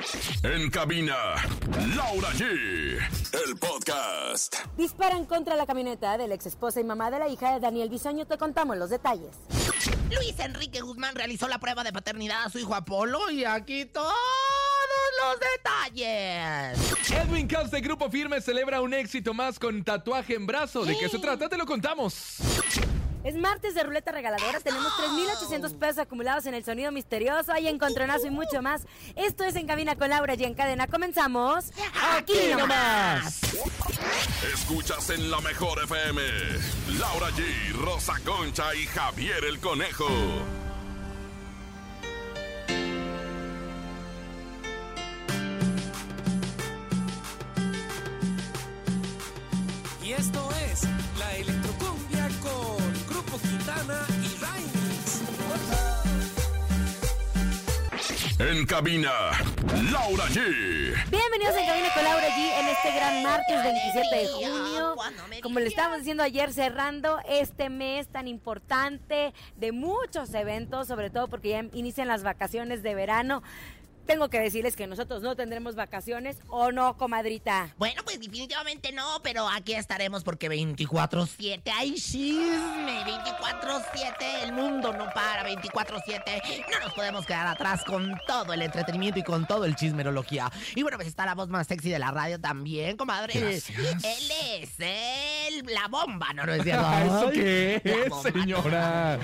En cabina, Laura G. El podcast. Disparan contra la camioneta de la ex esposa y mamá de la hija de Daniel Bisoño. Te contamos los detalles. Luis Enrique Guzmán realizó la prueba de paternidad a su hijo Apolo y aquí todos los detalles. Edwin Cass de Grupo Firme celebra un éxito más con tatuaje en brazo. ¿De qué se trata? Te lo contamos. Es martes de ruleta regaladora. Tenemos 3,800 pesos acumulados en el sonido misterioso. Hay encontronazo y mucho más. Esto es En Cabina con Laura G. En cadena. Comenzamos aquí nomás. Escuchas en la mejor FM. Laura G, Rosa Concha y Javier el Conejo. Y esto es la Electrocumbia con Grupo Quintana y Rainix. En cabina, Laura G. Bienvenidos a Cabina con Laura G en este gran martes 27 de junio. Como le estábamos diciendo ayer, cerrando este mes tan importante de muchos eventos, sobre todo porque ya inician las vacaciones de verano. Tengo que decirles que nosotros no tendremos vacaciones, ¿o no, comadrita? Bueno, pues definitivamente no, pero aquí estaremos porque 24/7 hay chisme, 24/7, el mundo no para, 24/7, no nos podemos quedar atrás con todo el entretenimiento y con todo el chismerología. Y bueno, pues está la voz más sexy de la radio también, comadre. Gracias. Él es la bomba, ¿no es cierto? ¿Eso qué La es, bomba, señora?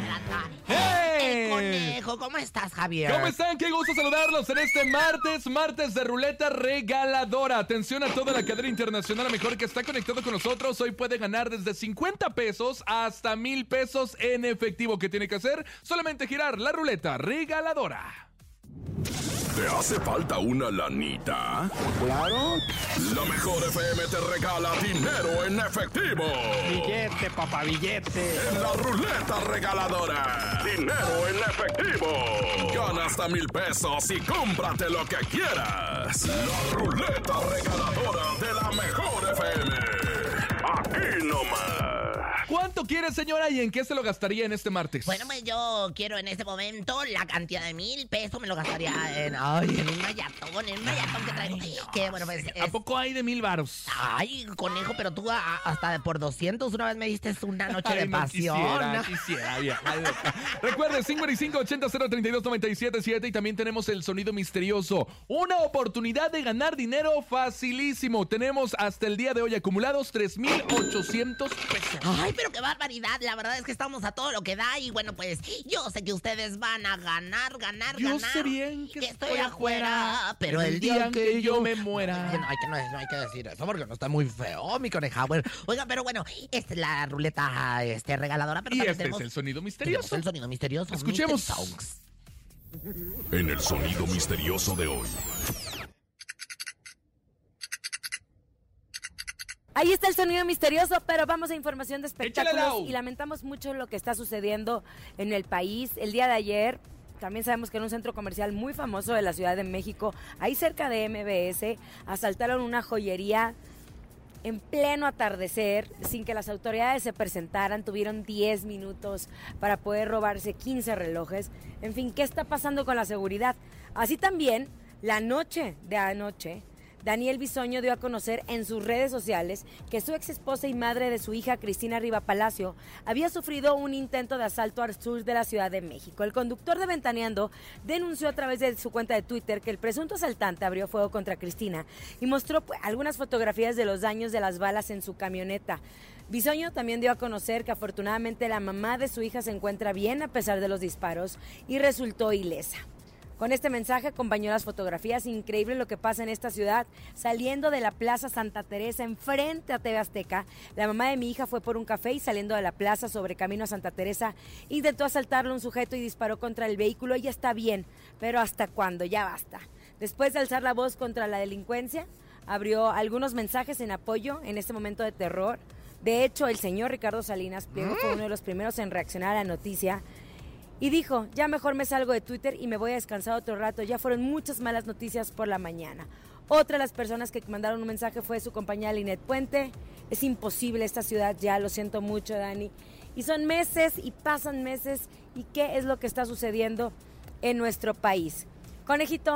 El conejo, ¿cómo estás, Javier? ¿Cómo están? Qué gusto saludarlos en este martes de ruleta regaladora. Atención a toda la cadena internacional, a mejor que está conectado con nosotros. Hoy puede ganar desde 50 pesos hasta 1,000 pesos en efectivo. ¿Qué tiene que hacer? Solamente girar la ruleta regaladora. ¿Te hace falta una lanita? Claro. La mejor FM te regala dinero en efectivo. Billete, papá, billete. En la ruleta regaladora. Dinero en efectivo. Gana hasta 1,000 pesos y cómprate lo que quieras. La ruleta regaladora de la mejor FM. Aquí nomás. ¿Cuánto quiere, señora, y en qué se lo gastaría en este martes? Bueno, pues yo quiero en este momento la cantidad de 1,000 pesos. Me lo gastaría en un mayatón que traigo. Que bueno, pues ¿A poco hay de 1,000 varos? Ay, conejo, pero tú hasta por 200 una vez me diste una noche de Ay, no pasión. quisiera, vieja. Recuerde, 5580-032-977 y también tenemos el sonido misterioso. Una oportunidad de ganar dinero facilísimo. Tenemos hasta el día de hoy acumulados 3,800 pesos. Ay, pero qué barbaridad. La verdad es que estamos a todo lo que da. Y bueno, pues yo sé que ustedes van a ganar. Yo sé bien que estoy afuera, pero el día que yo me muera. No hay que decir eso porque no está muy feo, mi coneja. Bueno, oiga, pero bueno, esta es la ruleta regaladora. Pero Y también este tenemos es el sonido tenemos misterioso. el sonido misterioso. Escuchemos. Mr. Songs. En el sonido misterioso de hoy. Ahí está el sonido misterioso, pero vamos a información de espectáculos. Échale, Lau. Y lamentamos mucho lo que está sucediendo en el país. El día de ayer, también sabemos que en un centro comercial muy famoso de la Ciudad de México, ahí cerca de MBS, asaltaron una joyería en pleno atardecer, sin que las autoridades se presentaran. Tuvieron 10 minutos para poder robarse 15 relojes. En fin, ¿qué está pasando con la seguridad? Así también, la noche de anoche, Daniel Bisoño dio a conocer en sus redes sociales que su ex esposa y madre de su hija, Cristina Riva Palacio, había sufrido un intento de asalto al sur de la Ciudad de México. El conductor de Ventaneando denunció a través de su cuenta de Twitter que el presunto asaltante abrió fuego contra Cristina y mostró algunas fotografías de los daños de las balas en su camioneta. Bisoño también dio a conocer que afortunadamente la mamá de su hija se encuentra bien a pesar de los disparos y resultó ilesa. Con este mensaje acompañó las fotografías. Increíble lo que pasa en esta ciudad. Saliendo de la Plaza Santa Teresa, enfrente a TV Azteca, la mamá de mi hija fue por un café y saliendo de la plaza sobre camino a Santa Teresa, intentó asaltarle un sujeto y disparó contra el vehículo. Ella está bien, pero ¿hasta cuándo? Ya basta. Después de alzar la voz contra la delincuencia, abrió algunos mensajes en apoyo en este momento de terror. De hecho, el señor Ricardo Salinas Pliego fue uno de los primeros en reaccionar a la noticia. Y dijo, ya mejor me salgo de Twitter y me voy a descansar otro rato. Ya fueron muchas malas noticias por la mañana. Otra de las personas que mandaron un mensaje fue su compañera Linet Puente. Es imposible esta ciudad ya, lo siento mucho, Dani. Y son meses y pasan meses. ¿Y qué es lo que está sucediendo en nuestro país? Conejito,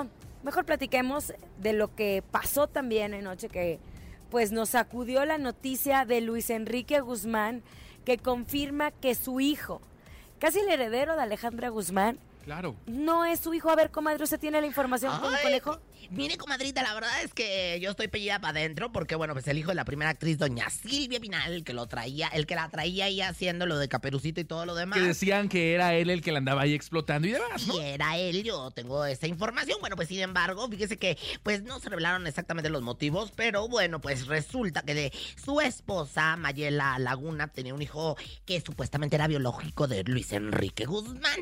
mejor platiquemos de lo que pasó también anoche, que pues nos sacudió la noticia de Luis Enrique Guzmán, que confirma que su hijo, casi el heredero de Alejandra Guzmán, Claro. no es su hijo. A ver, comadre, ¿usted tiene la información con Conejo? Mire, comadrita, la verdad es que yo estoy pellida para adentro porque, bueno, pues el hijo de la primera actriz, doña Silvia Pinal, el que la traía ahí haciendo lo de Caperucito y todo lo demás. Que decían que era él el que la andaba ahí explotando y demás, ¿no? Y era él, yo tengo esa información. Bueno, pues sin embargo, fíjese que pues no se revelaron exactamente los motivos, pero bueno, pues resulta que de su esposa, Mayela Laguna, tenía un hijo que supuestamente era biológico de Luis Enrique Guzmán.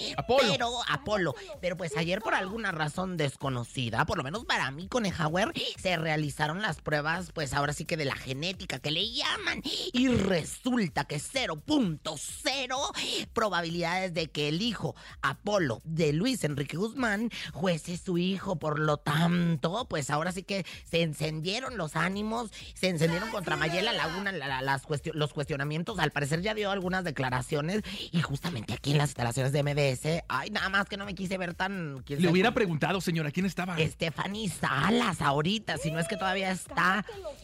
Apolo. Pero pues ayer, por alguna razón desconocida, por lo menos para mí, Conejauer, se realizaron las pruebas, pues ahora sí que de la genética que le llaman. Y resulta que 0.0 probabilidades de que el hijo Apolo de Luis Enrique Guzmán fuese su hijo. Por lo tanto, pues ahora sí que se encendieron los ánimos, se encendieron contra Mayela Laguna los cuestionamientos. Al parecer ya dio algunas declaraciones y justamente aquí en las instalaciones de MBS, ay, nada más que no me quise ver tan... Le hubiera preguntado, señora, ¿quién estaba? Stephanie Salas ahorita, si no es que todavía está.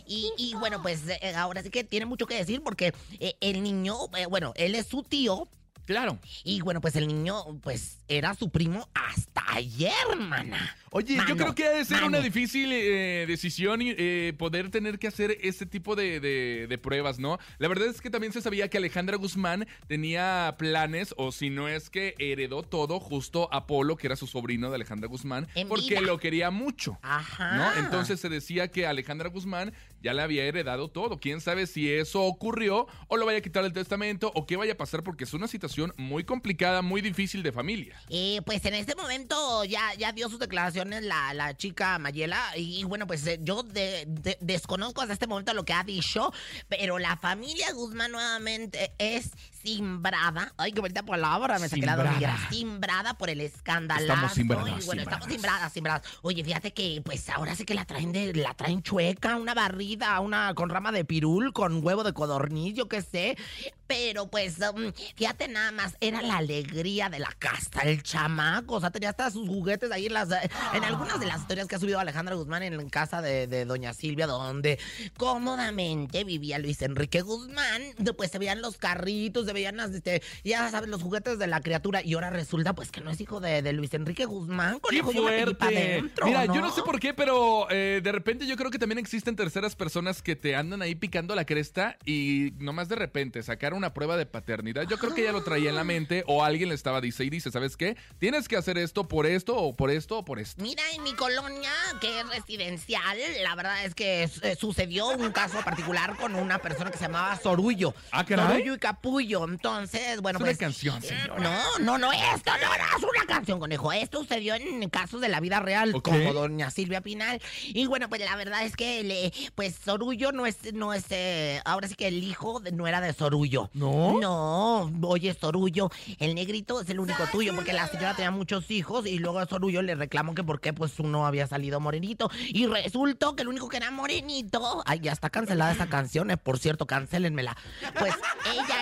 Y bueno, pues ahora sí que tiene mucho que decir porque el niño, bueno, él es su tío. Claro. Y bueno, pues el niño, pues era su primo hasta ayer, mana. Oye, yo creo que ha de ser una difícil decisión poder tener que hacer este tipo de pruebas, ¿no? La verdad es que también se sabía que Alejandra Guzmán tenía planes, o si no es que heredó todo justo a Apolo, que era su sobrino de Alejandra Guzmán, porque lo quería mucho. Ajá. ¿No? Entonces se decía que Alejandra Guzmán ya le había heredado todo. Quién sabe si eso ocurrió o lo vaya a quitar del testamento o qué vaya a pasar, porque es una situación muy complicada, muy difícil de familia. Pues en este momento ya dio sus declaraciones la chica Mayela y bueno, pues yo desconozco hasta este momento lo que ha dicho, pero la familia Guzmán nuevamente es simbrada. Ay, qué bonita palabra, me saqué la dormillera. Simbrada por el escandalazo. Estamos simbradas. Y bueno, estamos simbradas. Oye, fíjate que pues ahora sí que la traen chueca, una barrida, una con rama de pirul, con huevo de codorniz, yo qué sé. Pero pues, fíjate nada más, era la alegría de la casa, el chamaco. O sea, tenía hasta sus juguetes ahí en algunas de las historias que ha subido Alejandra Guzmán en casa de doña Silvia, donde cómodamente vivía Luis Enrique Guzmán. Pues se veían los carritos, se veían ya sabes, los juguetes de la criatura. Y ahora resulta pues que no es hijo de Luis Enrique Guzmán. ¡Qué fuerte! Mira, ¿no? yo no sé por qué, pero de repente yo creo que también existen terceras personas que te andan ahí picando la cresta y nomás de repente sacar una prueba de paternidad. Yo creo que ella lo traía en la mente o alguien le estaba dice, ¿sabes qué? Tienes que hacer esto por esto o por esto o por esto. Mira, en mi colonia, que es residencial, la verdad es que sucedió un caso particular con una persona que se llamaba Sorullo. Ah, ¿caray? Sorullo y Capullo. Entonces, bueno, es pues... una canción, señora. No, esto no es una canción, conejo. Esto sucedió en casos de la vida real, como doña Silvia Pinal. Y bueno, pues la verdad es que pues Sorullo no es ahora sí que el hijo no era de Sorullo. ¿No? No, oye, Sorullo, el negrito es el único tuyo, porque la señora tenía muchos hijos y luego a Sorullo le reclamó que por qué pues uno había salido morenito. Y resultó que el único que era morenito... Ay, ya está cancelada esa canción, por cierto, cancélenmela. Pues ella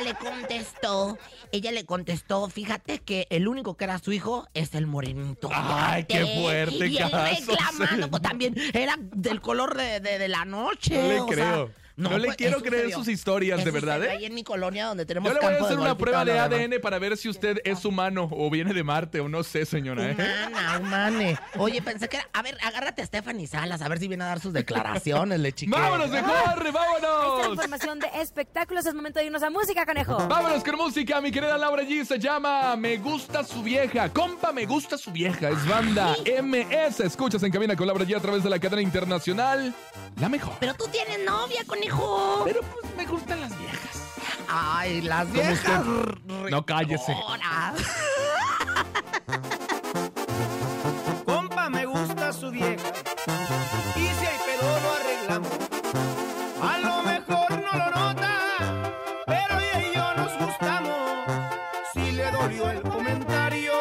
le contestó, fíjate que el único que era su hijo es el morenito. Ay, qué fuerte y él caso. reclamando, pues también era del color de la noche. No le creo. No le pues, quiero creer sus historias, de verdad, ahí en mi colonia donde tenemos Yo le voy a campo hacer de una golf y prueba todo de lo ADN demás. para ver si usted es humano o viene de Marte o no sé, señora. Humane. Oye, pensé que era... A ver, agárrate a Stephanie Salas, a ver si viene a dar sus declaraciones, le chiqué. ¡Vámonos, mejor! Esta ¡Vámonos! información de espectáculos, es momento de irnos a música, conejo. Vámonos con música, mi querida Laura G. Se llama Me Gusta Su Vieja. Compa, Me Gusta Su Vieja. Es banda MS. Escuchas en cabina con Laura G a través de la cadena internacional La Mejor. Pero tú tienes novia, conejo. Pero pues me gustan las viejas. Ay, las Como viejas. No, cállese. Compa, me gusta su vieja. Y si hay pedo lo arreglamos. A lo mejor no lo nota, pero ella y yo nos gustamos. Si le dolió el comentario,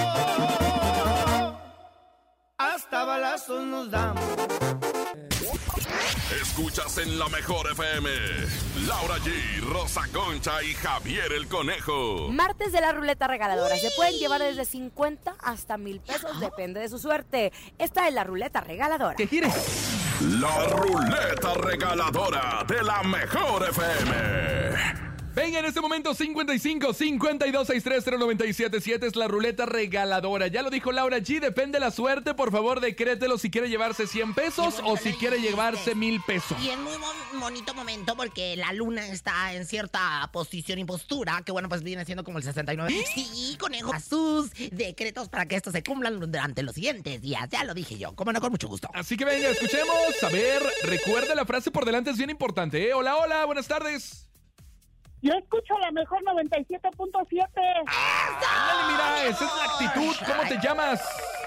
hasta balazos nos damos. Escuchas en la mejor FM. Laura G, Rosa Concha y Javier el Conejo. Martes de la ruleta regaladora. Se pueden llevar desde 50 hasta 1,000 pesos, depende de su suerte. Esta es la ruleta regaladora. ¿Qué quieres? La ruleta regaladora de la mejor FM. Venga, en este momento 55 52 63 0977 es la ruleta regaladora. Ya lo dijo Laura G, depende la suerte. Por favor, decrételo si quiere llevarse 100 pesos o si quiere llevarse 1,000 pesos. Y es muy bonito momento porque la luna está en cierta posición y postura, que bueno, pues viene siendo como el 69. Sí, Conejo, sus decretos para que estos se cumplan durante los siguientes días. Ya lo dije yo, como no, con mucho gusto. Así que venga, escuchemos. A ver, recuerda la frase por delante, es bien importante, ¿eh? Hola, hola, buenas tardes. Yo escucho la mejor 97.7. Ándale, mira, esa es la actitud. ¿Cómo te llamas?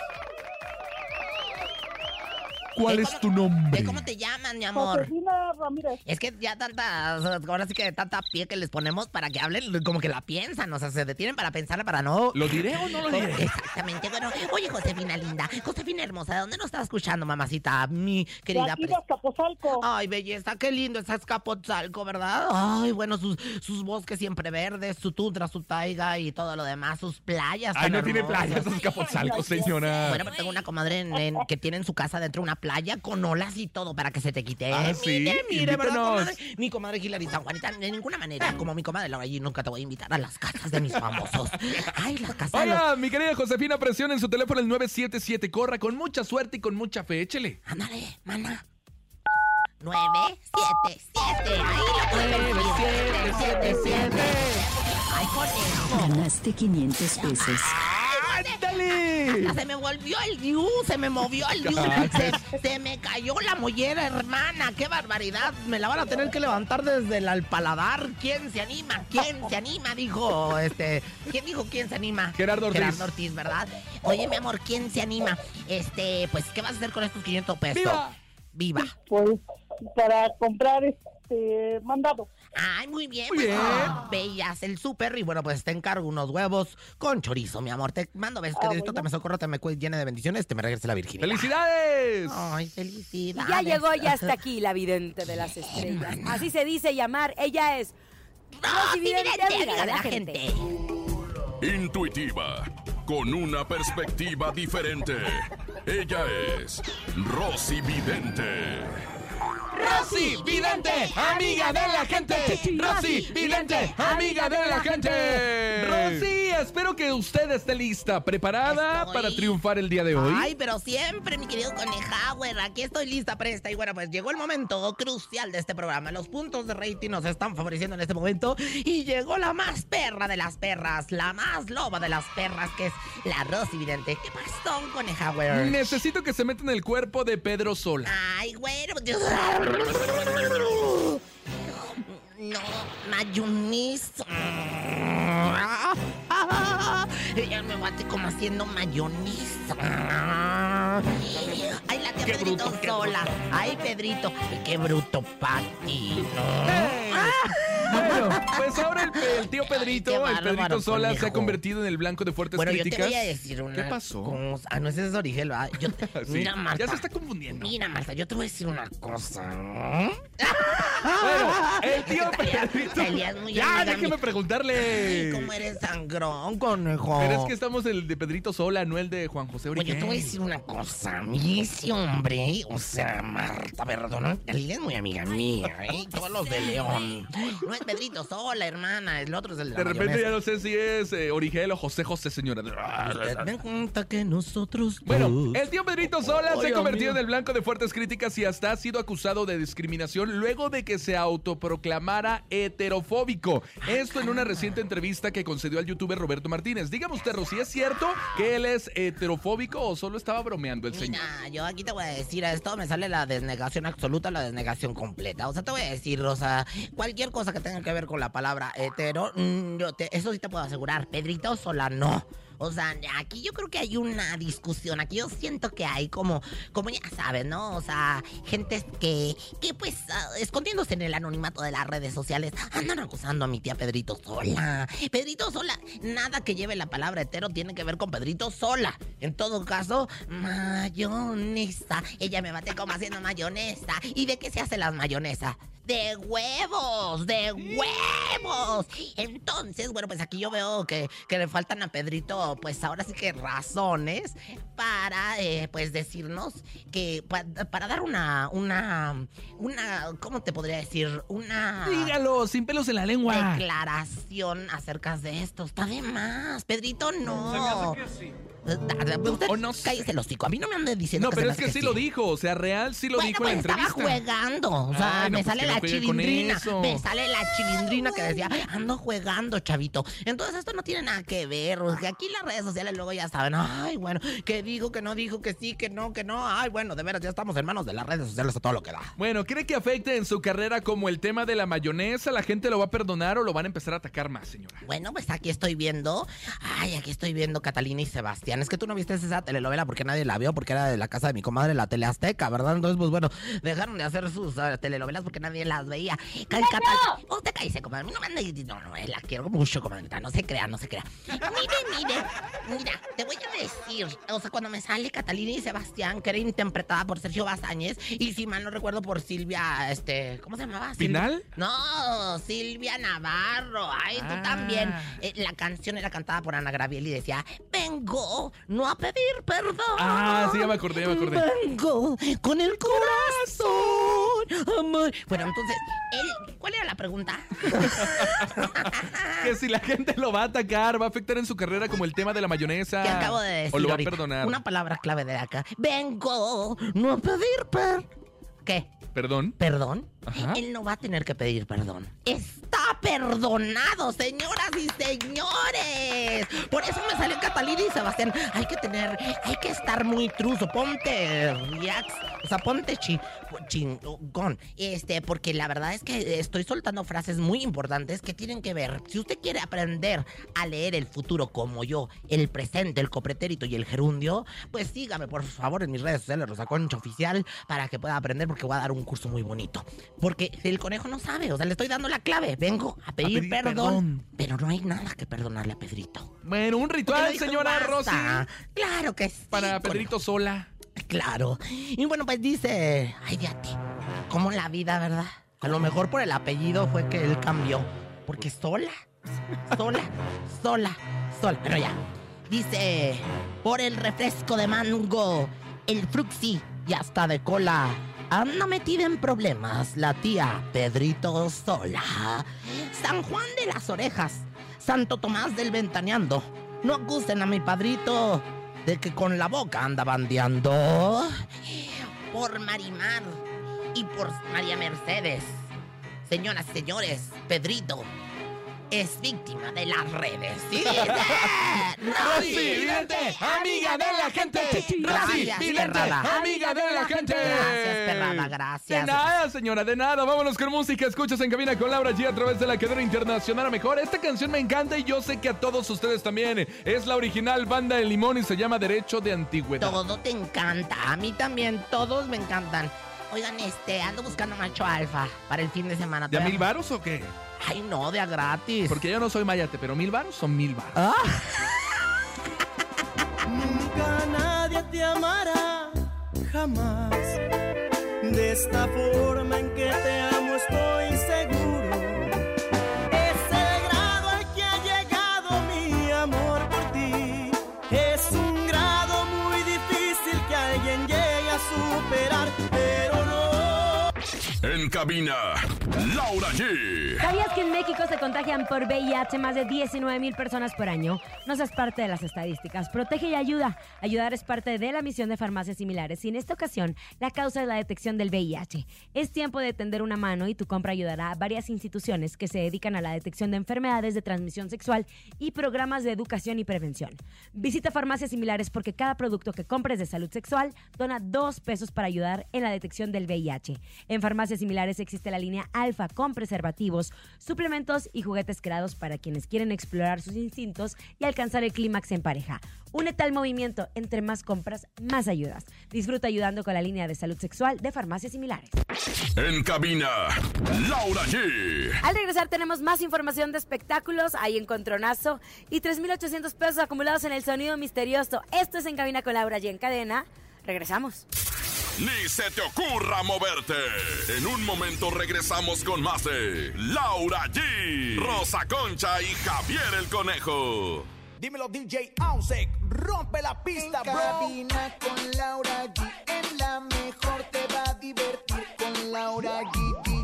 ¿Cuál es tu nombre? ¿Cómo te llaman, mi amor? Josefina Ramírez. Es que ya ahora sí que tanta pie que les ponemos para que hablen, como que la piensan, o sea, se detienen para pensar, para no... ¿Lo diré o no lo diré? Exactamente, bueno, oye, Josefina linda, Josefina hermosa, ¿de dónde nos estás escuchando, mamacita, mi querida? De aquí de Azcapotzalco. Ay, belleza, qué lindo es Azcapotzalco, ¿verdad? Ay, bueno, sus bosques siempre verdes, su tundra, su taiga y todo lo demás, sus playas. Ay, no tan tiene hermosas. playas Azcapotzalco, señora. Bueno, pero tengo una comadre que tiene en su casa dentro una playa con olas y todo para que se te quite. Ah, sí, Mire, ¿verdad, invítanos. comadre? Mi comadre Hilary San Juanita, de ninguna manera, como mi comadre Laura G, nunca te voy a invitar a las casas de mis famosos. Ay, las casas. Oiga, mi querida Josefina, presione en su teléfono el 977. Corra con mucha suerte y con mucha fe. Échele. Ándale, mana. 977. Ahí lo puedes. 977. Ay, Conejo. Ganaste 500 pesos. ¡Ándale! Se me volvió el diu, se me movió el diu, se me cayó la mollera, hermana, qué barbaridad, me la van a tener que levantar desde el paladar. ¿Quién se anima? ¿Quién se anima? Dijo, ¿quién dijo quién se anima? Gerardo Ortiz. Gerardo Ortiz, ¿verdad? Oye, mi amor, ¿quién se anima? Pues, ¿qué vas a hacer con estos 500 pesos? ¡Viva! ¡Viva! Pues para comprar mandado. Ay, muy bien. Muy bien. Veías el súper y bueno, pues te encargo unos huevos con chorizo, mi amor. Te mando besos, que Diosito bueno. te me socorra, te me llene de bendiciones, te me regrese la virginidad. ¡Felicidades! Ay, Y felicidades. ya llegó, ya está aquí la vidente de las estrellas. Así se dice llamar. Ella es Rosy Vidente, amiga de la gente. Intuitiva, con una perspectiva diferente. Ella es Rosy Vidente. Rosy Vidente, amiga de la gente. Rosy Vidente, amiga de la gente. Rosy, espero que usted esté lista, preparada Estoy. para triunfar el día de hoy. Ay, pero siempre, mi querido Conejauer, aquí estoy lista, presta. Y bueno, pues llegó el momento crucial de este programa. Los puntos de rating nos están favoreciendo en este momento. Y llegó la más perra de las perras, la más loba de las perras, que es la Rosy Vidente. ¿Qué pasó, Conejauer? Necesito que se meta en el cuerpo de Pedro Sola. Ay, güero. No, mayonesa. Ella me bate como haciendo mayonesa. Ay, la tía Qué Pedrito bruto, qué Sola. Ay, Pedrito. Qué bruto, Pati. Bueno, pues ahora el tío Pedrito, Qué el bárbaro, Pedrito Sola, se ha Conejo. convertido en el blanco de fuertes Bueno, yo críticas. te voy a decir una ¿Qué pasó? cosa. Ah, no, ese es Origel, ¿verdad? Sí, Mira, Marta. ya se está confundiendo. Mira, Marta, yo te voy a decir una cosa. Bueno, el tío Salías- Pedrito. salías muy Ya, amiga déjeme mía. preguntarle. Ay, ¿cómo eres sangrón, Conejo? Pero es que estamos el de Pedrito Sola, no el de Juan José Bueno, Origel. yo te voy a decir una cosa, a mí ese hombre, o sea, Marta, perdón, en realidad es muy amiga mía, todos los de León. No es Pedrito Sola, hermana, el otro es el de la De repente ya mayonesa. no sé si es Origel o José José, señora. Usted me cuenta que nosotros Bueno, dos- el tío Pedrito Sola se Ay, ha convertido amigo. en el blanco de fuertes críticas y hasta ha sido acusado de discriminación luego de que se autoproclamara heterofóbico. Esto en una reciente entrevista que concedió al youtuber Roberto Martínez. Dígame usted, Rosy, ¿es cierto que él es heterofóbico o solo estaba bromeando el señor? Mira, yo aquí te voy a decir, a esto me sale la desnegación absoluta, la desnegación completa. O sea, te voy a decir, Rosa, cualquier cosa que tenga que ver con la palabra hetero, eso sí te puedo asegurar. Pedrito Sola no. O sea, aquí yo creo que hay una discusión. Aquí yo siento que hay como ya sabes, ¿no? O sea, gente que pues, escondiéndose en el anonimato de las redes sociales, andan acusando a mi tía Pedrito Sola. Pedrito Sola, nada que lleve la palabra hetero tiene que ver con Pedrito Sola. En todo caso, mayonesa. Ella me bate como haciendo mayonesa. ¿Y de qué se hace la mayonesa? ¡De huevos! ¡De huevos! Entonces, bueno, pues aquí yo veo que le faltan a Pedrito, pues ahora sí que razones para, pues decirnos que, para dar una, ¿cómo te podría decir? Dígalo, sin pelos en la lengua. Declaración acerca de esto. Está de más. Pedrito, no. Se me hace que sí. Usted O no sé. cállese el hocico. A mí no me ande diciendo No, pero se es me que hace sí lo dijo, o sea, real sí lo bueno, dijo en la pues entrevista. estaba jugando, o sea, Ay, no, me pues sale que no la juegue con chilindrina, eso. me sale la chilindrina que decía, ando jugando, chavito. Entonces esto no tiene nada que ver, o sea, aquí las redes sociales luego ya saben, ay, bueno, que dijo, que no dijo, que sí, que no, ay, bueno, de veras, ya estamos en manos de las redes sociales a todo lo que da. Bueno, ¿cree que afecte en su carrera como el tema de la mayonesa? ¿La gente lo va a perdonar o lo van a empezar a atacar más, señora? Bueno, pues aquí estoy viendo Catalina y Sebastián. Es que tú no viste esa telenovela porque nadie la vio, porque era de la casa de mi comadre, la Tele Azteca, ¿verdad? Entonces, pues bueno, dejaron de hacer sus telenovelas porque nadie las veía. Usted cállese, comadre. A mí no me anda diciendo, no, la quiero mucho, comadre. No se crea. Mira, te voy a decir, o sea, cuando me sale Catalina y Sebastián, que era interpretada por Sergio Bazáñez, y si mal no recuerdo por Silvia, ¿cómo se llamaba? ¿Pinal? No, Silvia Navarro. Ay, tú también. La canción era cantada por Ana Gabriel y decía, vengo no a pedir perdón. Ah, sí, ya me acordé. Vengo con el corazón. Amor. Bueno, entonces, ¿cuál era la pregunta? Que si la gente lo va a atacar, va a afectar en su carrera como el tema de la mayonesa. Que acabo de decir o lo va ahorita. a perdonar. Una palabra clave de acá. Vengo no a pedir ¿Qué? ¿Perdón? ¿Perdón? Ajá. Él no va a tener que pedir perdón. Está perdonado, señoras y señores. Por eso me salió Catalina y Sebastián. Hay que estar muy truzo. Ponte reax, o sea, ponte chingón. Porque la verdad es que estoy soltando frases muy importantes que tienen que ver. Si usted quiere aprender a leer el futuro como yo, el presente, el copretérito y el gerundio, pues sígame, por favor, en mis redes sociales, Rosa Concha Oficial, para que pueda aprender, porque voy a dar un curso muy bonito. Porque el conejo no sabe, o sea, le estoy dando la clave. Vengo a pedir perdón. Pero no hay nada que perdonarle a Pedrito. Bueno, un ritual, Dijo, señora basta. Rosy. Claro que sí. Para Pedrito Sola. Claro. Y bueno, pues dice, ay, de a ti, como la vida, ¿verdad? A lo mejor por el apellido fue que él cambió. Porque sola. Bueno, ya. Dice, por el refresco de mango, el fruxi ya está de cola. Anda metida en problemas la tía Pedrito Sola. San Juan de las Orejas, Santo Tomás del Ventaneando, no acusen a mi padrito de que con la boca anda bandeando. Por Marimar y por María Mercedes, señoras y señores, Pedrito es víctima de las redes. ¿Sí? Rosy Vidente, amiga de la gente. Rosy Gracias, Vidente, perrada. amiga de la gente. Gracias, perrada, De gracias. nada, señora, de nada. Vámonos con música. Escuchas En Cabina con Laura G a través de la cadena internacional a mejor. Esta canción me encanta y yo sé que a todos ustedes también. Es la original Banda de Limón y se llama Derecho de Antigüedad. Todo te encanta, a mí también, todos me encantan. Oigan, ando buscando macho alfa para el fin de semana. ¿De a 1000 varos o qué? Ay, no, de a gratis. Porque yo no soy mayate, pero 1000 varos son 1000 varos. Nunca nadie te amará, jamás. De esta forma en que te amo estoy seguro. Es el grado al que ha llegado mi amor por ti. Es un grado muy difícil que alguien llegue a superar, pero no. En cabina, Laura G. ¿Sabías que en México se contagian por VIH más de 19,000 personas por año? No seas parte de las estadísticas. Protege y ayuda. Ayudar es parte de la misión de Farmacias Similares y en esta ocasión la causa es la detección del VIH. Es tiempo de tender una mano y tu compra ayudará a varias instituciones que se dedican a la detección de enfermedades de transmisión sexual y programas de educación y prevención. Visita Farmacias Similares porque cada producto que compres de salud sexual dona $2 para ayudar en la detección del VIH. En Farmacias Similares Similares existe la línea Alfa con preservativos, suplementos y juguetes creados para quienes quieren explorar sus instintos y alcanzar el clímax en pareja. Únete al movimiento. Entre más compras, más ayudas. Disfruta ayudando con la línea de salud sexual de Farmacias Similares. En cabina, Laura G. Al regresar tenemos más información de espectáculos. Hay encontronazo y 3,800 pesos acumulados en el sonido misterioso. Esto es En Cabina con Laura G. En cadena. Regresamos. Ni se te ocurra moverte. En un momento regresamos con más de Laura G, Rosa Concha y Javier el Conejo. Dímelo DJ Ausek, rompe la pista, bro. Cabina con Laura G, en la mejor te va a divertir con Laura G.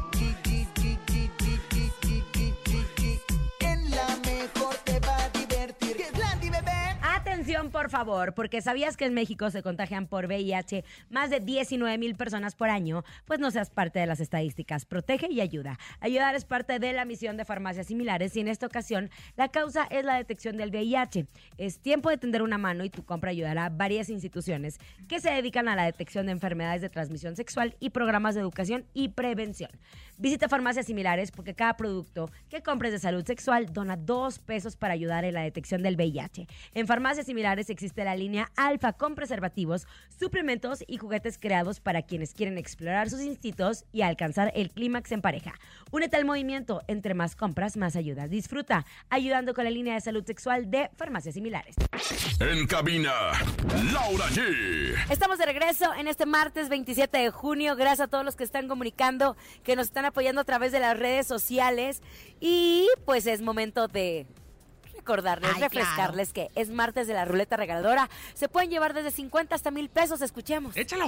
En la mejor te va a divertir. ¿Qué es Landy, bebé? Atención, por favor, porque ¿sabías que en México se contagian por VIH más de 19,000 personas por año? Pues no seas parte de las estadísticas. Protege y ayuda. Ayudar es parte de la misión de Farmacias Similares y en esta ocasión la causa es la detección del VIH. Es tiempo de tender una mano y tu compra ayudará a varias instituciones que se dedican a la detección de enfermedades de transmisión sexual y programas de educación y prevención. Visita Farmacias Similares porque cada producto que compres de salud sexual dona 2 pesos para ayudar en la detección del VIH. En Farmacias Similares existe la línea Alfa con preservativos, suplementos y juguetes creados para quienes quieren explorar sus instintos y alcanzar el clímax en pareja. Únete al movimiento. Entre más compras, más ayudas. Disfruta ayudando con la línea de salud sexual de Farmacias Similares. En cabina, Laura G. Estamos de regreso en este martes 27 de junio. Gracias a todos los que están comunicando, que nos están apoyando a través de las redes sociales. Y pues es momento de recordarles, refrescarles que es martes de la ruleta regaladora. Se pueden llevar desde 50 hasta 1,000 pesos. Escuchemos. ¡Échalo!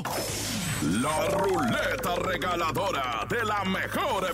La ruleta regaladora de la mejor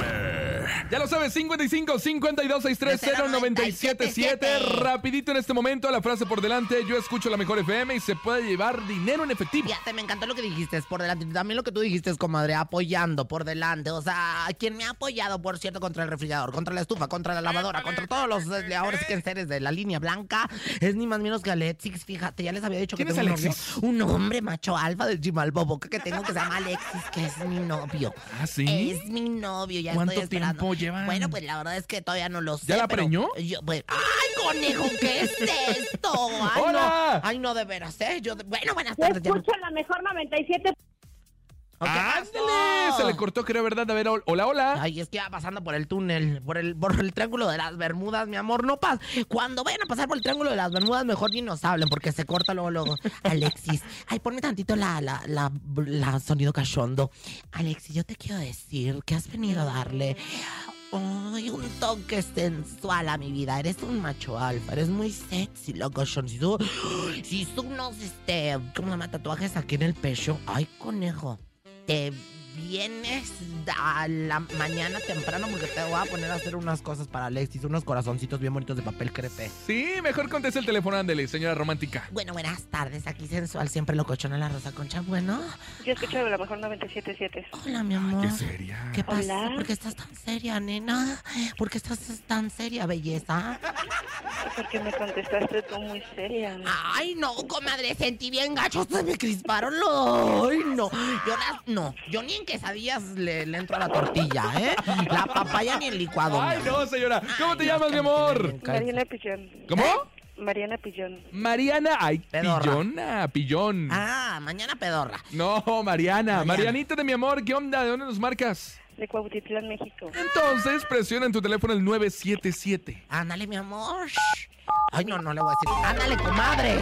FM. Ya lo sabes, 55 52 630 977. Rapidito en este momento, la frase por delante. Yo escucho la mejor FM y se puede llevar dinero en efectivo. Fíjate, me encantó lo que dijiste, es por delante. También lo que tú dijiste es, comadre, apoyando por delante. O sea, quien me ha apoyado, por cierto, contra el refrigerador, contra la estufa, contra la lavadora, contra todos los ahora sí que seres de la línea blanca, es ni más ni menos que Alexis. Fíjate, ya les había dicho que ¿Quién tengo es Alexis? un hombre macho alfa del Chimalbobo que tengo que se llama Alexis, que es mi novio. ¿Ah, sí? Es mi novio, ya ¿Cuánto estoy esperando. tiempo llevan? Bueno, pues la verdad es que todavía no lo sé. ¿Ya la pero preñó? pues, ¡ay, conejo! ¿Qué es esto? ¡Ay, ¡Hola! no! ¡Ay, no, de veras, eh! Bueno, buenas Yo tardes. ya no- escucho la mejor 97. Ok, ¡Ándale! ¡eso! Se le cortó, creo, ¿verdad? A ver, hola, hola. Ay, es que va pasando por el túnel, por el triángulo de las Bermudas, mi amor. No pasa. Cuando vayan a pasar por el triángulo de las Bermudas, mejor ni nos hablen, porque se corta luego. Alexis, ay, ponme tantito la sonido cachondo. Alexis, yo te quiero decir que has venido a darle ay, un toque sensual a mi vida. Eres un macho alfa, eres muy sexy, locochón. Si tú unos, ¿cómo se llama? Tatuajes aquí en el pecho. Ay, conejo, te vienes a la mañana temprano porque te voy a poner a hacer unas cosas para Alexis, unos corazoncitos bien bonitos de papel crepe. Sí, mejor conteste el teléfono, ándele, señora romántica. Bueno, buenas tardes, aquí sensual, siempre locochona la Rosa Concha. Bueno, Yo escucho la mejor 97.7. hola, mi amor. Qué seria. ¿Qué pasa? Hola. ¿Por qué estás tan seria, nena? ¿Por qué estás tan seria, belleza? Porque me contestaste tú muy seria. Ay, no, comadre, sentí bien gacho, se me crisparon los... Ay, no, yo ni en quesadillas le entro a la tortilla, ¿eh? La papaya ni el licuado. Ay, mi amor. no, señora. ¿Cómo Ay, te Dios, llamas, mi que me amor? tiene bien Mariana Pillón. ¿Cómo? Mariana Pillón. Mariana. Ay, Pedorra. pillona, pillón. Ah, mañana pedorra. No, Mariana. Marianita de mi amor, ¿qué onda? ¿De dónde nos marcas? De Cuautitlán, México. Entonces, presiona en tu teléfono el 977. Ándale, mi amor. Shh. Ay, no le voy a decir. Ándale, comadre.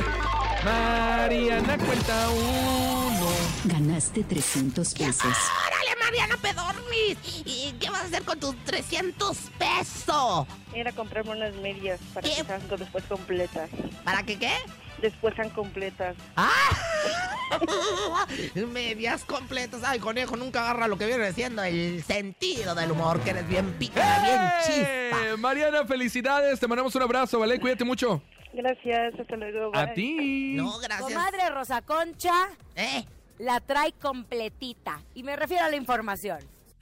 Mariana cuenta 1. Ganaste 300 pesos. Órale, Mariana Pedormis. ¿Y qué vas a hacer con tus 300 pesos? Ir a comprarme unas medias para ¿Qué? que sean después completas. ¿Para qué qué? Después sean completas. ¡Ah! Medias completas. Ay, conejo, nunca agarra lo que viene diciendo el sentido del humor, que eres bien pícara, bien chispa. Mariana, felicidades. Te mandamos un abrazo, ¿vale? Cuídate mucho. Gracias, hasta luego. Bye. A ti. No, gracias. Comadre Rosa Concha ¿Eh? la trae completita. Y me refiero a la información.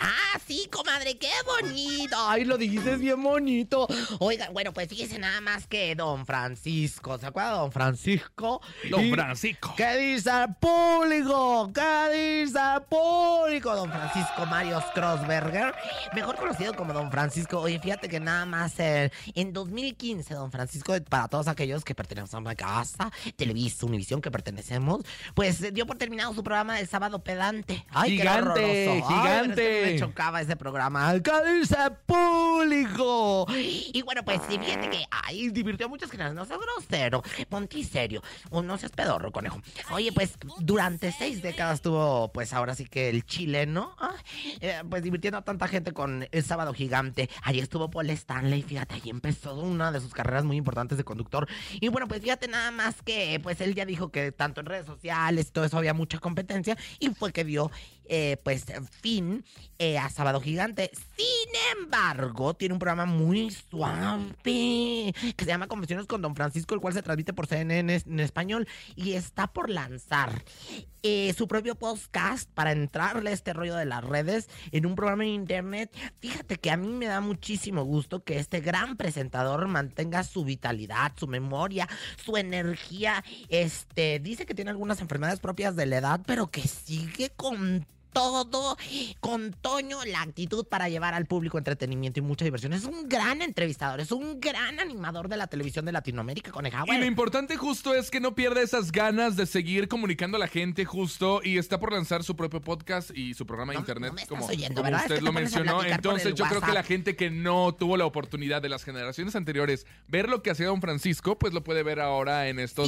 Ah, sí, comadre, qué bonito. Ay, lo dijiste bien bonito. Oigan, bueno, pues fíjese nada más que don Francisco. ¿Se acuerda de don Francisco? Don Francisco. ¿Qué dice el público? ¿Qué dice el público? Don Francisco Mario Crossberger, mejor conocido como don Francisco. Oye, fíjate que nada más en 2015, don Francisco, para todos aquellos que pertenecen a una casa, Televisa, Univisión, que pertenecemos, pues dio por terminado su programa de Sábado Pedante. Ay, Gigante, qué horroroso. gigante. Ay, me chocaba ese programa. ¿Qué dice público? Y bueno, pues fíjate que divirtió a muchas generaciones. No seas grosero, ponte serio. O no seas pedorro, conejo. Oye, pues durante 6 décadas tuvo, pues ahora sí que el chileno, pues divirtiendo a tanta gente con el Sábado Gigante. Allí estuvo Paul Stanley, fíjate, ahí empezó una de sus carreras muy importantes de conductor. Y bueno, pues fíjate nada más que, pues él ya dijo que tanto en redes sociales y todo eso había mucha competencia y fue que dio pues fin a Sábado Gigante. Sin embargo, tiene un programa muy suave que se llama Confesiones con Don Francisco, el cual se transmite por CNN en español y está por lanzar su propio podcast para entrarle a este rollo de las redes en un programa en internet. Fíjate que a mí me da muchísimo gusto que este gran presentador mantenga su vitalidad, su memoria, su energía. Dice que tiene algunas enfermedades propias de la edad, pero que sigue con todo, con Toño, la actitud para llevar al público entretenimiento y mucha diversión. Es un gran entrevistador, es un gran animador de la televisión de Latinoamérica, coneja. Y lo importante justo es que no pierda esas ganas de seguir comunicando a la gente justo, y está por lanzar su propio podcast y su programa de internet, como usted lo mencionó. Entonces yo creo que la gente que no tuvo la oportunidad de las generaciones anteriores ver lo que hacía don Francisco, pues lo puede ver ahora en estos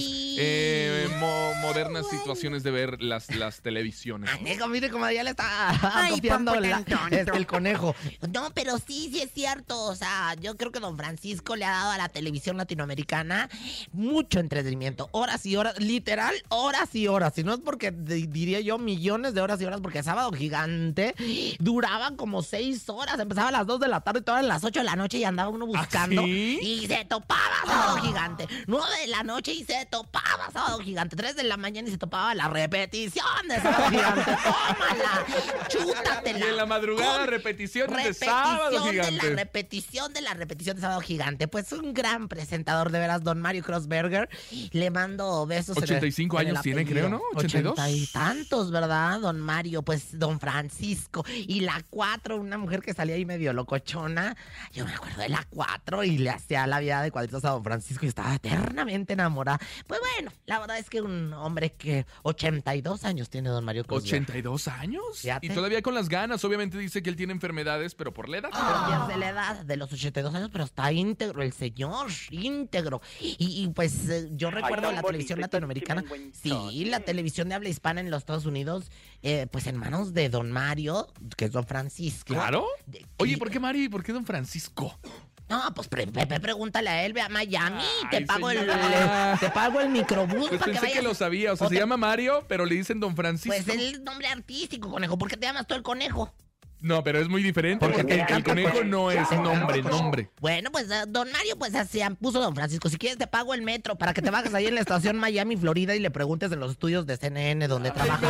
modernas situaciones de ver las televisiones. Mire cómo ya le está copiando el conejo. No, pero sí es cierto. O sea, yo creo que don Francisco le ha dado a la televisión latinoamericana mucho entretenimiento. Horas y horas, literal, horas y horas. Si no es porque diría yo millones de horas y horas, porque Sábado Gigante duraba como 6 horas. Empezaba a las 2 de la tarde y todas las 8 de la noche y andaba uno buscando. ¿Ah, sí? Y se topaba Sábado Gigante. 9 de la noche y se topaba Sábado Gigante. 3 de la mañana y se topaba la repetición de Sábado Gigante. ¡Tómala! ¡Chútatela! Y en la madrugada, repetición de Sábado Gigante. Repetición de Sábado Gigante. Pues un gran presentador, de veras, don Mario Crossberger. Le mando besos. 85 años tiene, creo, ¿no? 82. 80 y tantos, ¿verdad, don Mario? Pues don Francisco. Y la 4, una mujer que salía ahí medio locochona. Yo me acuerdo de la 4 y le hacía la vida de cuadritos a don Francisco y estaba eternamente enamorada. Pues bueno, la verdad es que un hombre que 82 años tiene don Mario Crossberger. 82 años. Fíjate. Y todavía con las ganas. Obviamente dice que él tiene enfermedades, pero por la edad. Pero ya es de la edad, de los 82 años, pero está íntegro el señor, íntegro. Y pues yo recuerdo la televisión latinoamericana. Sí, la televisión de habla hispana en los Estados Unidos, pues en manos de don Mario, que es don Francisco. Claro. Oye, ¿por qué Mario y por qué don Francisco? No, pues Pepe, pregúntale a él, ve a Miami, te pago el microbús. Pues pensé que lo sabía, o sea, se llama Mario, pero le dicen don Francisco. Pues el nombre artístico, conejo, ¿por qué te llamas tú el conejo? No, pero es muy diferente porque el conejo no es nombre. Bueno, pues don Mario, pues se puso don Francisco. Si quieres te pago el metro para que te bajes ahí en la estación Miami, Florida y le preguntes en los estudios de CNN donde trabaja.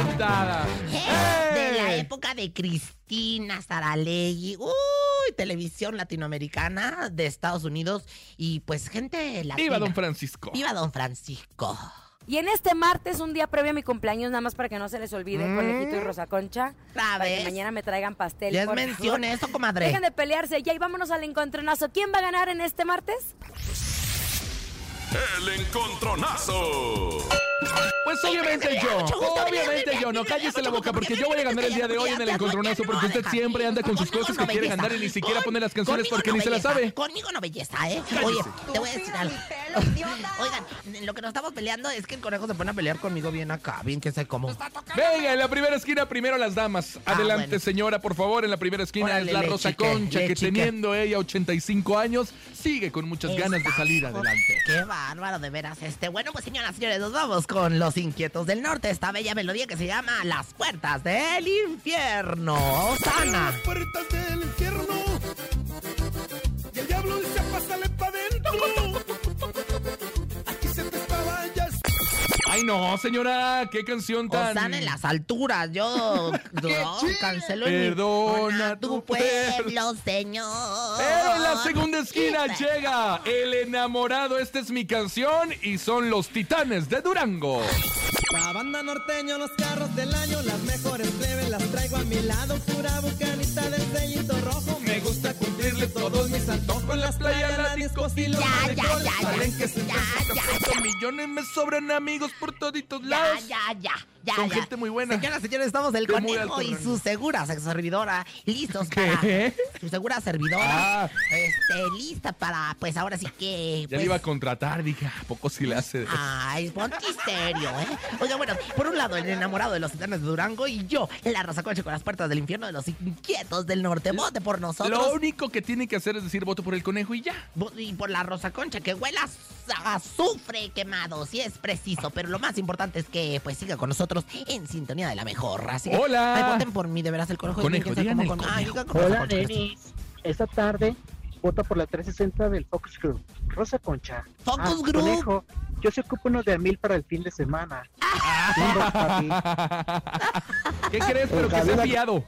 De la época de Cristina Saralegui. Televisión latinoamericana de Estados Unidos y pues gente latina. ¡Viva don Francisco! ¡Viva don Francisco! Y en este martes, un día previo a mi cumpleaños, nada más para que no se les olvide, Conejito y Rosa Concha. Para que mañana me traigan pastel. Les mencioné eso, comadre. Dejen de pelearse ya y vámonos al encontronazo. ¿Quién va a ganar en este martes? El encontronazo. Pues obviamente yo, no cállese la boca porque yo voy a ganar el día de hoy en el encontronazo porque usted siempre anda con sus cosas que quiere ganar y ni siquiera pone las canciones porque ni se las sabe. Conmigo no belleza, ¿eh? Oye, te voy a decir algo. Oigan, lo que nos estamos peleando es que el conejo se pone a pelear conmigo bien acá, bien que sé cómo. Venga, en la primera esquina primero las damas. Adelante, bueno. Señora, por favor, en la primera esquina. Órale, es la Rosa Concha, que teniendo ella 85 años, sigue con muchas ganas de salir adelante. Qué bárbaro, de veras. Bueno, pues señoras y señores, nos vamos con Los Inquietos del Norte, esta bella melodía que se llama Las Puertas del Infierno. ¡Osana! Las puertas del infierno y el diablo dice pásale pa' dentro. Aquí se te estaba ya. Ay, no, señora, qué canción tan... Están en las alturas, yo cancelo el... Perdona tu pueblo, señor. En la segunda esquina llega El Enamorado. Esta es mi canción y son los Titanes de Durango. La banda norteño, los carros del año, las mejores plebes las traigo a mi lado. Pura bucanita del sellito rojo. Me gusta cumplirle todos mis antojos. Las playas, las discos y los malecos. Saben que se millones me sobran amigos por toditos lados. Son gente muy buena. Señoras, señores, estamos del De muy Conejo alto y rango. su segura servidora listos ¿Qué? para... Su segura servidora. Ah. Lista para, pues ahora sí que... Ya pues, le iba a contratar, dije, ¿a poco sí le hace? Ay, ponte serio, ¿eh? Oiga, bueno, por un lado, el enamorado de los Titanes de Durango y yo, la Rosa Concha con las puertas del infierno de los inquietos del norte. Vote por nosotros. Lo único que tiene que hacer es decir voto por el Conejo y ya. Y por la Rosa Concha, que huela a azufre quemado, si es preciso. Pero lo más importante es que, pues, siga con nosotros en sintonía de la mejor. Así que, ¡Hola! ay, voten por mí, de veras, el Conejo. Conejo, digan el Ay, Conejo. digan con Rosa Hola, Concha. Denis. Esta tarde vota por la 360 del Focus Group. Rosa Concha. Focus Group. Conejo, yo se ocupo unos de 1000 para el fin de semana. Lindos, papi. ¿Qué crees? Pero que sea fiado.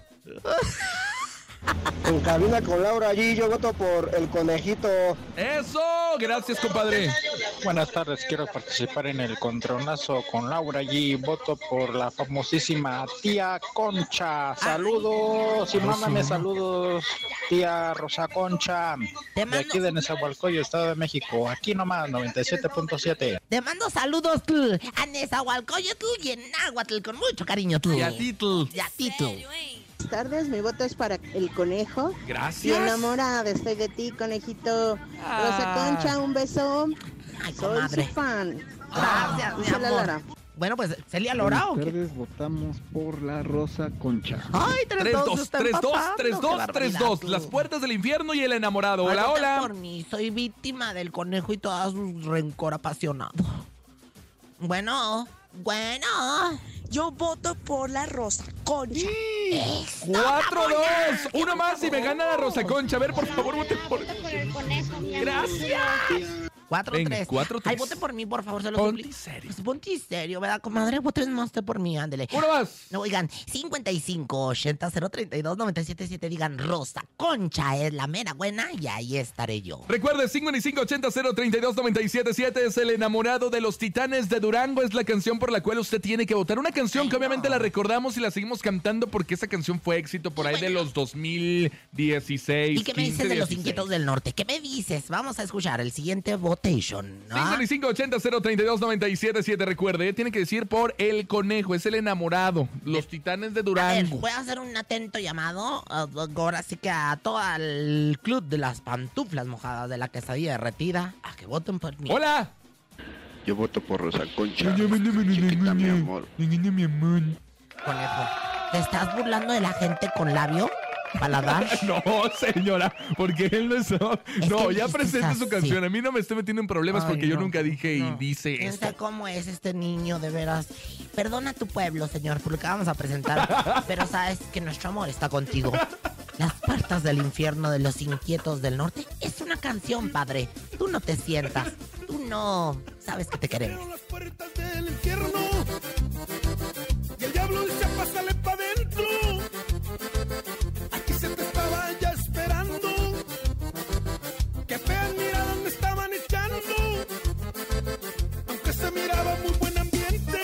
En cabina con Laura allí, yo voto por el Conejito. ¡Eso! Gracias, compadre. Buenas tardes, quiero participar en el contronazo con Laura allí. Voto por la famosísima tía Concha. Saludos y mándame saludos, tía Rosa Concha. De aquí de Nezahualcóyotl, Estado de México. Aquí nomás, 97.7. Te mando saludos tú, a Nezahualcóyotl y en náhuatl con mucho cariño tú. Y a Titl. Y a Titl. Buenas tardes, mi voto es para el Conejo. Gracias. Y enamorada estoy de ti, Conejito. Rosa Concha, un beso. Ay, Soy comadre. su fan. Gracias, mi Dice la amor. Lara. Bueno, pues, ¿Celia Lora o qué? Buenas tardes, votamos por la Rosa Concha. Ay, 3-2, 3-2, 3-2, 3-2. Las puertas del infierno y el enamorado. Hola, Ay, voten hola. por mí, soy víctima del Conejo y todo su rencor apasionado. Bueno. Yo voto por la Rosa Concha. 4-2. Uno más y me gana la Rosa Concha. A ver, por favor, vote por... Gracias. 4-3. Venga, 4-3. Ay, vote por mí, por favor, se lo Ponte suplico. serio. Pues ponte serio, ¿verdad, comadre? Voten más usted por mí, ándele. Uno más. No, oigan, 5580-032-977. Digan, Rosa Concha es la mera buena y ahí estaré yo. Recuerde, 5580-032-977 es el enamorado de los Titanes de Durango. Es la canción por la cual usted tiene que votar. Una canción que obviamente la recordamos y la seguimos cantando porque esa canción fue éxito por ahí de los 2016. ¿Y qué me dices 15, de los 16. inquietos del norte? ¿Qué me dices? Vamos a escuchar el siguiente votation. ¿No? 5580-032-977. Recuerde, tiene que decir por el Conejo. Es el enamorado. Los Titanes de A ver, Durango. voy a hacer un atento llamado ahora sí que a todo el club de las pantuflas mojadas de la quesadilla derretida a que voten por mí. ¡Hola! Yo voto por Rosa Concha. Chiquita, mi amor. Conejo, ¿te estás burlando de la gente con labio? ¿Paladar? No, señora, porque él no es... No, que ya dijiste presente su así. canción. A mí no me esté metiendo en problemas Ay, porque yo no, nunca dije no. y dice No esto. sé cómo es este niño, de veras. Perdona a tu pueblo, señor, por lo que vamos a presentar. Pero sabes que nuestro amor está contigo. Las puertas del infierno de los inquietos del norte es una canción, padre. Tú no te sientas. Tú no sabes que te queremos. Las puertas del infierno y el diablo dice pásale pa' dentro. Aquí se te estaba ya esperando. Qué feas miradas me estaban echando. Aunque se miraba muy buen ambiente.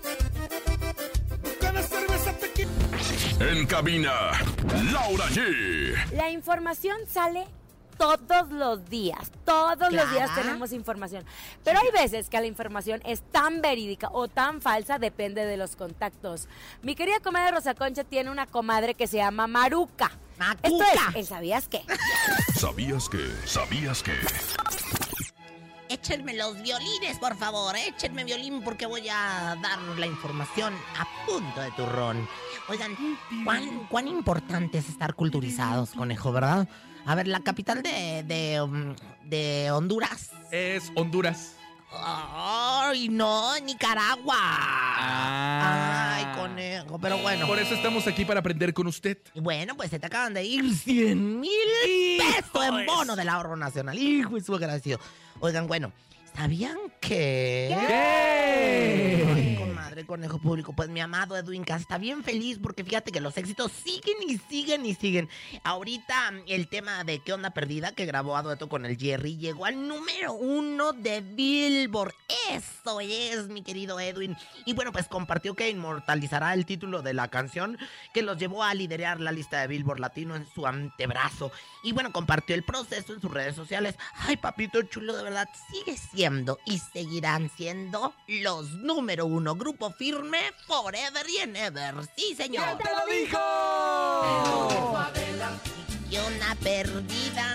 Nunca la cerveza te quita. En cabina, Laura G. La información sale todos los días. Todos los días Clara. tenemos información. Pero hay veces que la información es tan verídica o tan falsa, depende de los contactos. Mi querida comadre Rosa Concha tiene una comadre que se llama Maruca. Esto es, ¿en ¿sabías qué? ¿Sabías que? ¿Sabías que? Échenme los violines, por favor. Échenme violín porque voy a dar la información a punto de turrón. Oigan, ¿cuán importante es estar culturizados, Conejo, verdad? A ver, la capital de Honduras. Es Honduras. ¡Ay, no! ¡Nicaragua! ¡Ay, Conejo! Pero bueno. Por eso estamos aquí, para aprender con usted. Bueno, pues se te acaban de ir 100,000 pesos en bono del ahorro nacional. ¡Hijo, y su agradecido! Oigan, bueno, ¿Sabían que? ¿Qué? Ay, comadre, conejo público, pues mi amado Edwin Cass está bien feliz porque fíjate que los éxitos siguen y siguen y siguen. Ahorita el tema de ¿Qué onda perdida? Que grabó a dueto con el Jerry llegó al número 1 de Billboard. Eso es, mi querido Edwin. Y bueno, pues compartió que inmortalizará el título de la canción que los llevó a liderar la lista de Billboard Latino en su antebrazo. Y bueno, compartió el proceso en sus redes sociales. Ay, papito chulo, de verdad, sigue siendo y seguirán siendo los número 1. Grupo Firme, forever y en ever. Sí, señor. ¡Ya te lo dijo! Y una perdida.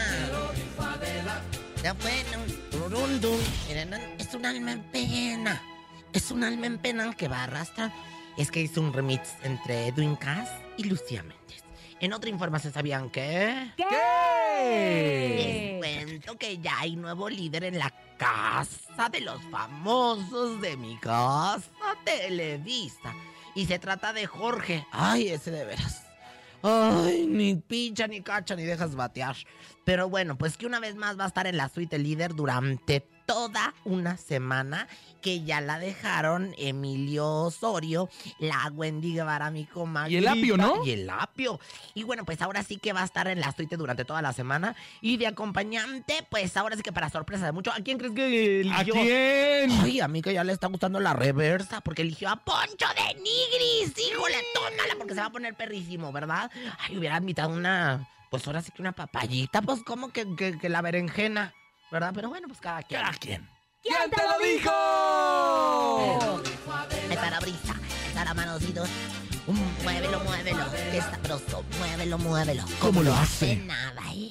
Ya bueno, turundum. Miren, es un alma en pena. Es un alma en pena que va a arrastrar. Es que hizo un remix entre Edwin Cass y Lucía Méndez. En otra información, ¿sabían qué? ¿Qué? Les cuento que ya hay nuevo líder en la casa de los famosos de mi casa, Televisa. Y se trata de Jorge. Ay, ese de veras. Ay, ni pincha, ni cacha, ni dejas batear. Pero bueno, pues que una vez más va a estar en la suite el líder durante toda una semana, que ya la dejaron Emilio Osorio, la Wendy Guevara, mi comadre. Y el Apio, ¿no? Y el Apio. Y bueno, pues ahora sí que va a estar en la suite durante toda la semana. Y de acompañante, pues ahora sí que para sorpresa de mucho. ¿A quién crees que eligió? ¿A quién? Ay, a mí que ya le está gustando la reversa, porque eligió a Poncho de Nigris. Híjole, tómala, porque se va a poner perrísimo, ¿verdad? Ay, hubiera invitado una, pues ahora sí que una papayita, pues como que la berenjena, ¿verdad? Pero bueno, pues cada quien. ¿Quién te lo dijo? El parabrisa, el manocitos. Muévelo, muévelo. Qué sabroso. Muévelo, muévelo. ¿Cómo lo hace? Nada, ¿eh?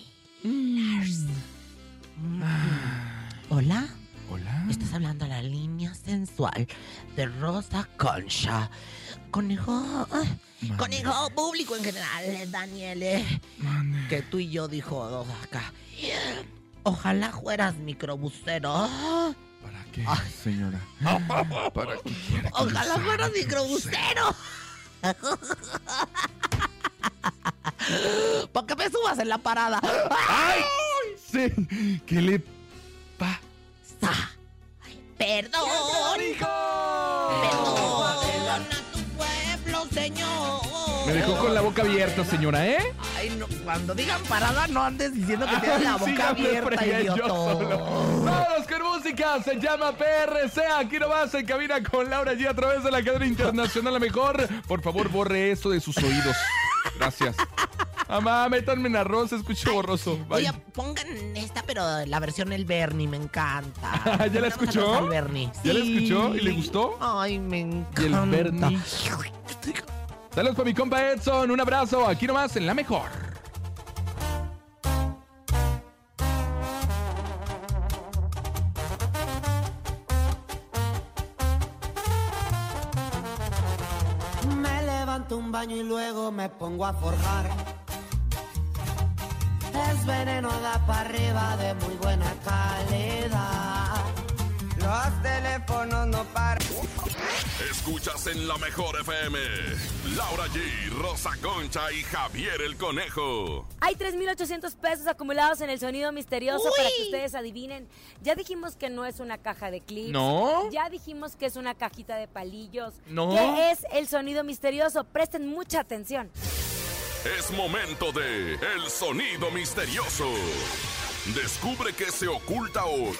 ¿Hola? Hola. Estás hablando a la línea sensual de Rosa Concha. Conejo. Conejo público en general, Daniel. Que tú y yo dijo acá. Ojalá fueras microbusero. ¿Para qué, señora? ¿Para qué quiere? Ojalá fueras microbusero. ¿Por qué me subas en la parada? ¡Ay! Sí. ¿Qué le pasa? Perdón. Perdona a tu pueblo, señor. Me dejó con la boca abierta, señora, ¿eh? Ay, no, cuando digan parada, no andes diciendo que tienes la boca abierta, idiota. Vámonos con música, se llama PRC. Aquí nomás en cabina con Laura G a través de la cadena internacional La Mejor. Por favor, borre esto de sus oídos. Gracias. Mamá, métanme en arroz, escucho borroso. Bye. Oye, pongan esta, pero la versión El Bernie, me encanta. ¿Ya la escuchó? El Bernie. ¿Ya la escuchó y le gustó? Ay, me encanta. Y el Bernie. Saludos para mi compa Edson, un abrazo, aquí nomás en La Mejor. Me levanto un baño y luego me pongo a forjar. Es veneno, da para arriba de muy buena calidad. Los teléfonos no paran. Escuchas en La Mejor FM. Laura G, Rosa Concha y Javier el Conejo. Hay 3,800 pesos acumulados en el sonido misterioso para que ustedes adivinen. Ya dijimos que no es una caja de clips. No. Ya dijimos que es una cajita de palillos. No. ¿Qué es el sonido misterioso? Presten mucha atención. Es momento de El Sonido Misterioso. Descubre qué se oculta hoy.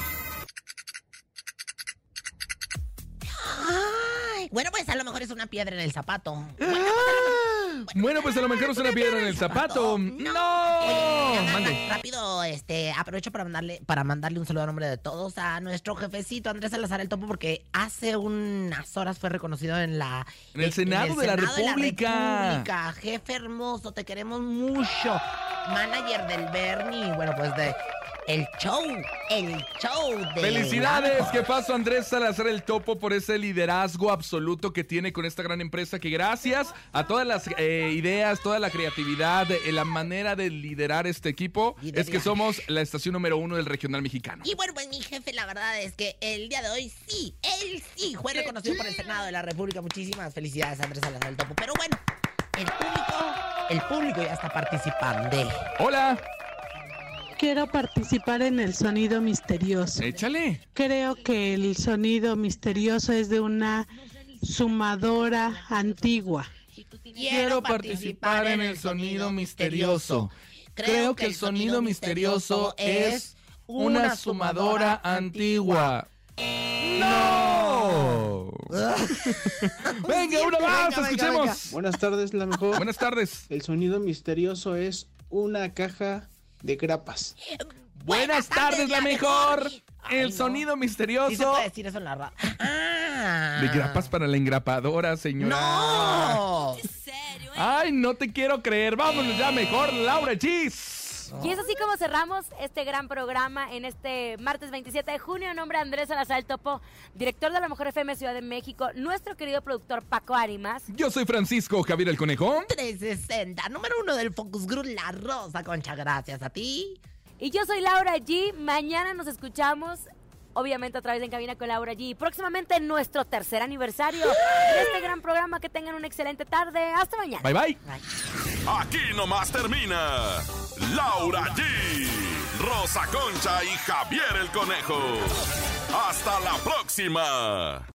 Ay, bueno, pues a lo mejor es una piedra en el zapato. Bueno, pues a lo mejor es una piedra en el zapato. ¡No! Oye, Mande. rápido, aprovecho para mandarle un saludo a nombre de todos a nuestro jefecito Andrés Salazar el Topo, porque hace unas horas fue reconocido en el Senado de la República. Jefe hermoso, te queremos mucho. Manager del Bernie, bueno, pues el show de... ¡Felicidades! ¿Qué pasó, Andrés Salazar el Topo, por ese liderazgo absoluto que tiene con esta gran empresa? Que gracias a todas las ideas, toda la creatividad, la manera de liderar este equipo, es que somos la estación número 1 del regional mexicano. Y bueno, pues mi jefe, la verdad es que el día de hoy él sí fue reconocido por el Senado de la República. Muchísimas felicidades, Andrés Salazar el Topo. Pero bueno, el público ya está participando. Hola. quiero participar en el sonido misterioso. Échale. Creo que el sonido misterioso es de una sumadora antigua. Quiero participar en el sonido misterioso. Creo que el sonido misterioso es una sumadora antigua. ¡No! Venga, una más, escuchemos. Buenas tardes, la mejor. Buenas tardes. El sonido misterioso es una caja de grapas. Buenas tardes, la mejor. El sonido misterioso. ¿Sí se puede decir eso en la radio? De grapas para la engrapadora, señora. ¡No! Ay, no te quiero creer. Vámonos ya mejor, Laura G. Y es así como cerramos este gran programa en este martes 27 de junio. En nombre de Andrés Salazar el Topo, director de La Mejor FM Ciudad de México, nuestro querido productor Paco Ánimas. Yo soy Francisco Javier el Conejo. 360, número 1 del Focus Group, La Rosa Concha. Gracias a ti. Y yo soy Laura G. Mañana nos escuchamos, obviamente a través de En Cabina con Laura G. Y próximamente nuestro tercer aniversario de este gran programa. Que tengan una excelente tarde. Hasta mañana. Bye, bye. Aquí nomás termina Laura G, Rosa Concha y Javier el Conejo. Hasta la próxima.